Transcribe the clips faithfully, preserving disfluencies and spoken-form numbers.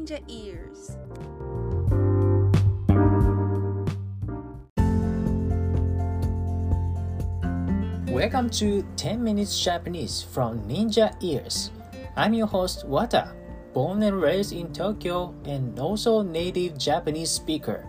Ninja Ears. Welcome to ten minutes Japanese from Ninja Ears. I'm your host Wata, born and raised in Tokyo and also native Japanese speaker.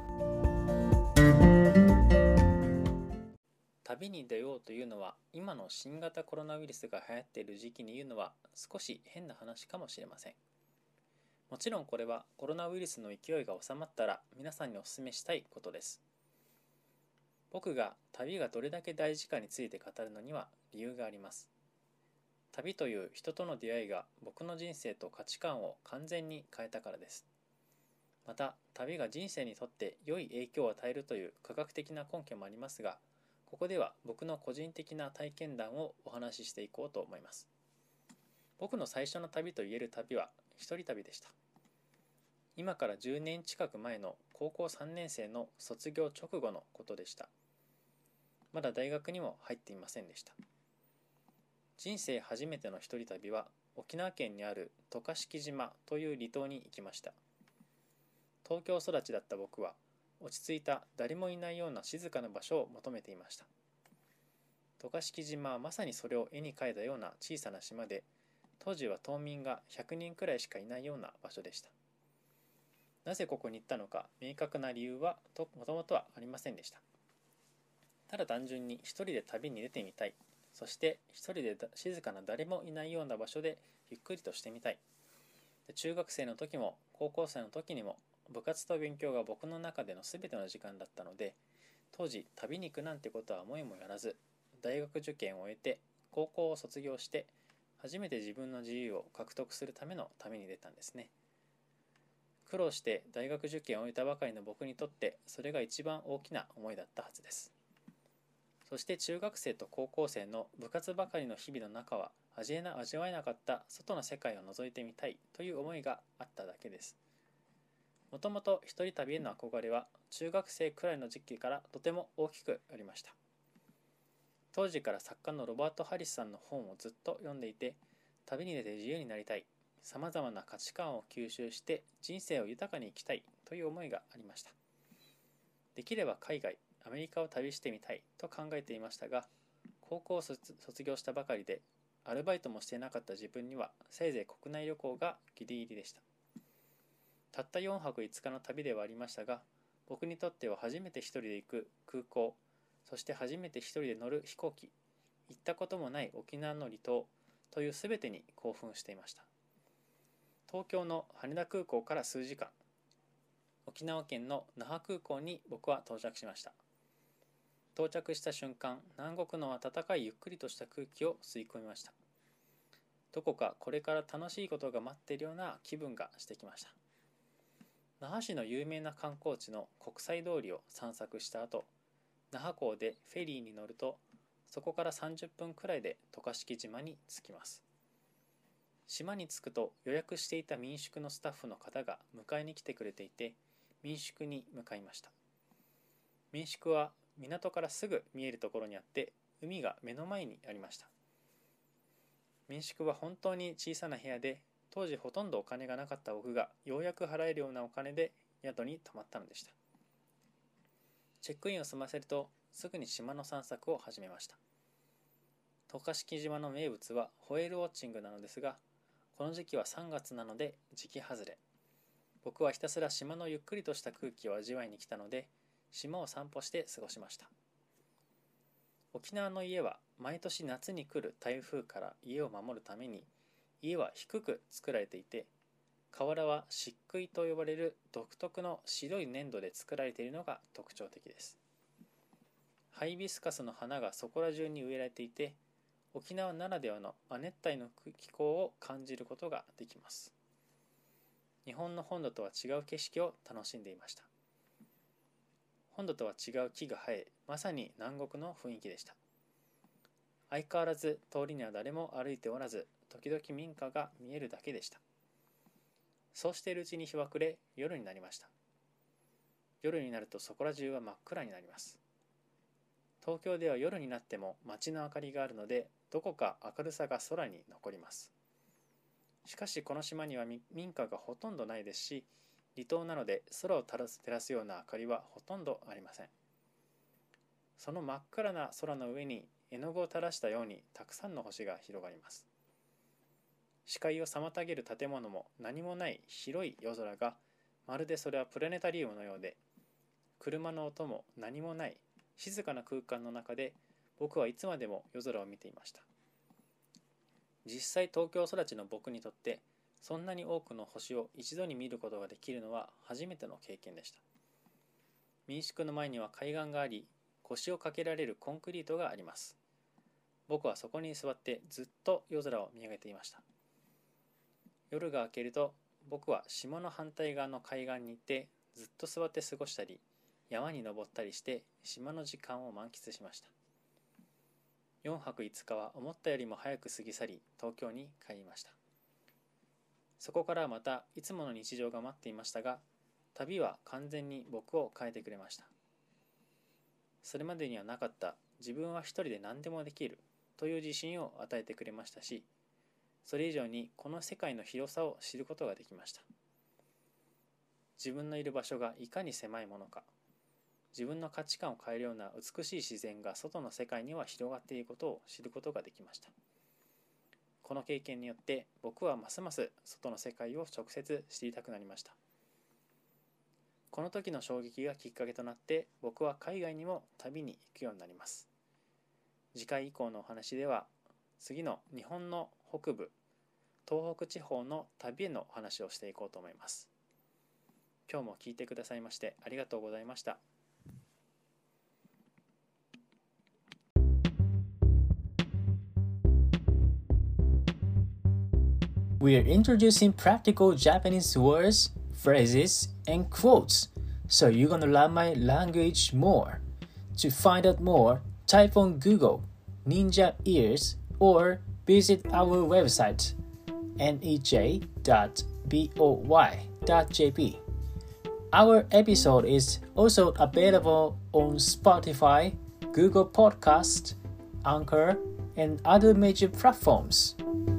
旅に出ようというのは今の新型コロナウイルスが流行っている時期に言うのは少し変な話かもしれません。もちろんこれはコロナウイルスの勢いが収まったら皆さんにお勧めしたいことです。僕が旅がどれだけ大事かについて語るのには理由があります。旅という人との出会いが僕の人生と価値観を完全に変えたからです。また旅が人生にとって良い影響を与えるという科学的な根拠もありますが、ここでは僕の個人的な体験談をお話ししていこうと思います。僕の最初の旅と言える旅は一人旅でした。今からじゅうねん近く前の高校さんねん生の卒業直後のことでした。まだ大学にも入っていませんでした。人生初めての一人旅は沖縄県にある渡嘉敷島という離島に行きました。東京育ちだった僕は落ち着いた誰もいないような静かな場所を求めていました。渡嘉敷島はまさにそれを絵に描いたような小さな島で、当時は島民がひゃくにんくらいしかいないような場所でした。なぜここに行ったのか明確な理由はともともとはありませんでした。ただ単純に一人で旅に出てみたい、そして一人で静かな誰もいないような場所でゆっくりとしてみたい。中学生の時も高校生の時にも部活と勉強が僕の中での全ての時間だったので、当時旅に行くなんてことは思いもやらず、大学受験を終えて高校を卒業して初めて自分の自由を獲得するための旅に出たんですね。苦労して大学受験を終えたばかりの僕にとってそれが一番大きな思いだったはずです。そして中学生と高校生の部活ばかりの日々の中は味えな味わえなかった外の世界を覗いてみたいという思いがあっただけです。もともと一人旅への憧れは中学生くらいの時期からとても大きくありました。当時から作家のロバート・ハリスさんの本をずっと読んでいて、旅に出て自由になりたい、さまざまな価値観を吸収して人生を豊かに生きたいという思いがありました。できれば海外、アメリカを旅してみたいと考えていましたが、高校を卒業したばかりでアルバイトもしていなかった自分にはせいぜい国内旅行がギリギリでした。たったよんはくいつかの旅ではありましたが、僕にとっては初めて一人で行く空港、そして初めて一人で乗る飛行機、行ったこともない沖縄の離島というすべてに興奮していました。東京の羽田空港から数時間、沖縄県の那覇空港に僕は到着しました。到着した瞬間、南国の暖かいゆっくりとした空気を吸い込みました。どこかこれから楽しいことが待っているような気分がしてきました。那覇市の有名な観光地の国際通りを散策した後、那覇港でフェリーに乗ると、そこからさんじゅっぷんくらいで渡嘉敷島に着きます。島に着くと予約していた民宿のスタッフの方が迎えに来てくれていて、民宿に向かいました。民宿は港からすぐ見えるところにあって、海が目の前にありました。民宿は本当に小さな部屋で、当時ほとんどお金がなかった僕がようやく払えるようなお金で宿に泊まったのでした。チェックインを済ませるとすぐに島の散策を始めました。渡嘉敷島の名物はホエールウォッチングなのですが、この時期はさんがつなので時期外れ。僕はひたすら島のゆっくりとした空気を味わいに来たので、島を散歩して過ごしました。沖縄の家は毎年夏に来る台風から家を守るために家は低く作られていて、瓦は漆喰と呼ばれる独特の白い粘土で作られているのが特徴的です。ハイビスカスの花がそこら中に植えられていて、沖縄ならではの亜熱帯の気候を感じることができます。日本の本土とは違う景色を楽しんでいました。本土とは違う木が生え、まさに南国の雰囲気でした。相変わらず通りには誰も歩いておらず、時々民家が見えるだけでした。そうしているうちに日は暮れ、夜になりました。夜になるとそこら中は真っ暗になります。東京では夜になっても街の明かりがあるので、どこか明るさが空に残ります。 しかしこの島には民家がほとんどないですし、離島なので空を照らす、照らすような明かりはほとんどありません。その真っ暗な空の上に絵の具を垂らしたようにたくさんの星が広がります。視界を妨げる建物も何もない広い夜空が、まるでそれはプラネタリウムのようで、車の音も何もない静かな空間の中で、僕はいつまでも夜空を見ていました。実際東京育ちの僕にとって、そんなに多くの星を一度に見ることができるのは初めての経験でした。民宿の前には海岸があり、腰をかけられるコンクリートがあります。僕はそこに座ってずっと夜空を見上げていました。夜が明けると、僕は島の反対側の海岸に行ってずっと座って過ごしたり、山に登ったりして島の時間を満喫しました。よんはくいつかは思ったよりも早く過ぎ去り、東京に帰りました。そこからまたいつもの日常が待っていましたが、旅は完全に僕を変えてくれました。それまでにはなかった自分は一人で何でもできるという自信を与えてくれましたし、それ以上にこの世界の広さを知ることができました。自分のいる場所がいかに狭いものか、自分の価値観を変えるような美しい自然が外の世界には広がっていることを知ることができました。この経験によって僕はますます外の世界を直接知りたくなりました。この時の衝撃がきっかけとなって、僕は海外にも旅に行くようになります。次回以降のお話では、次の日本の北部、東北地方の旅へのお話をしていこうと思います。今日も聞いてくださいましてありがとうございました。 We are introducing practical Japanese words, phrases, and quotes, so you're gonna learn my language more. To find out more, type on Google Ninja Ears or visit our website n e j dot boy dot j p. Our episode is also available on Spotify, Google Podcast, Anchor, and other major platforms.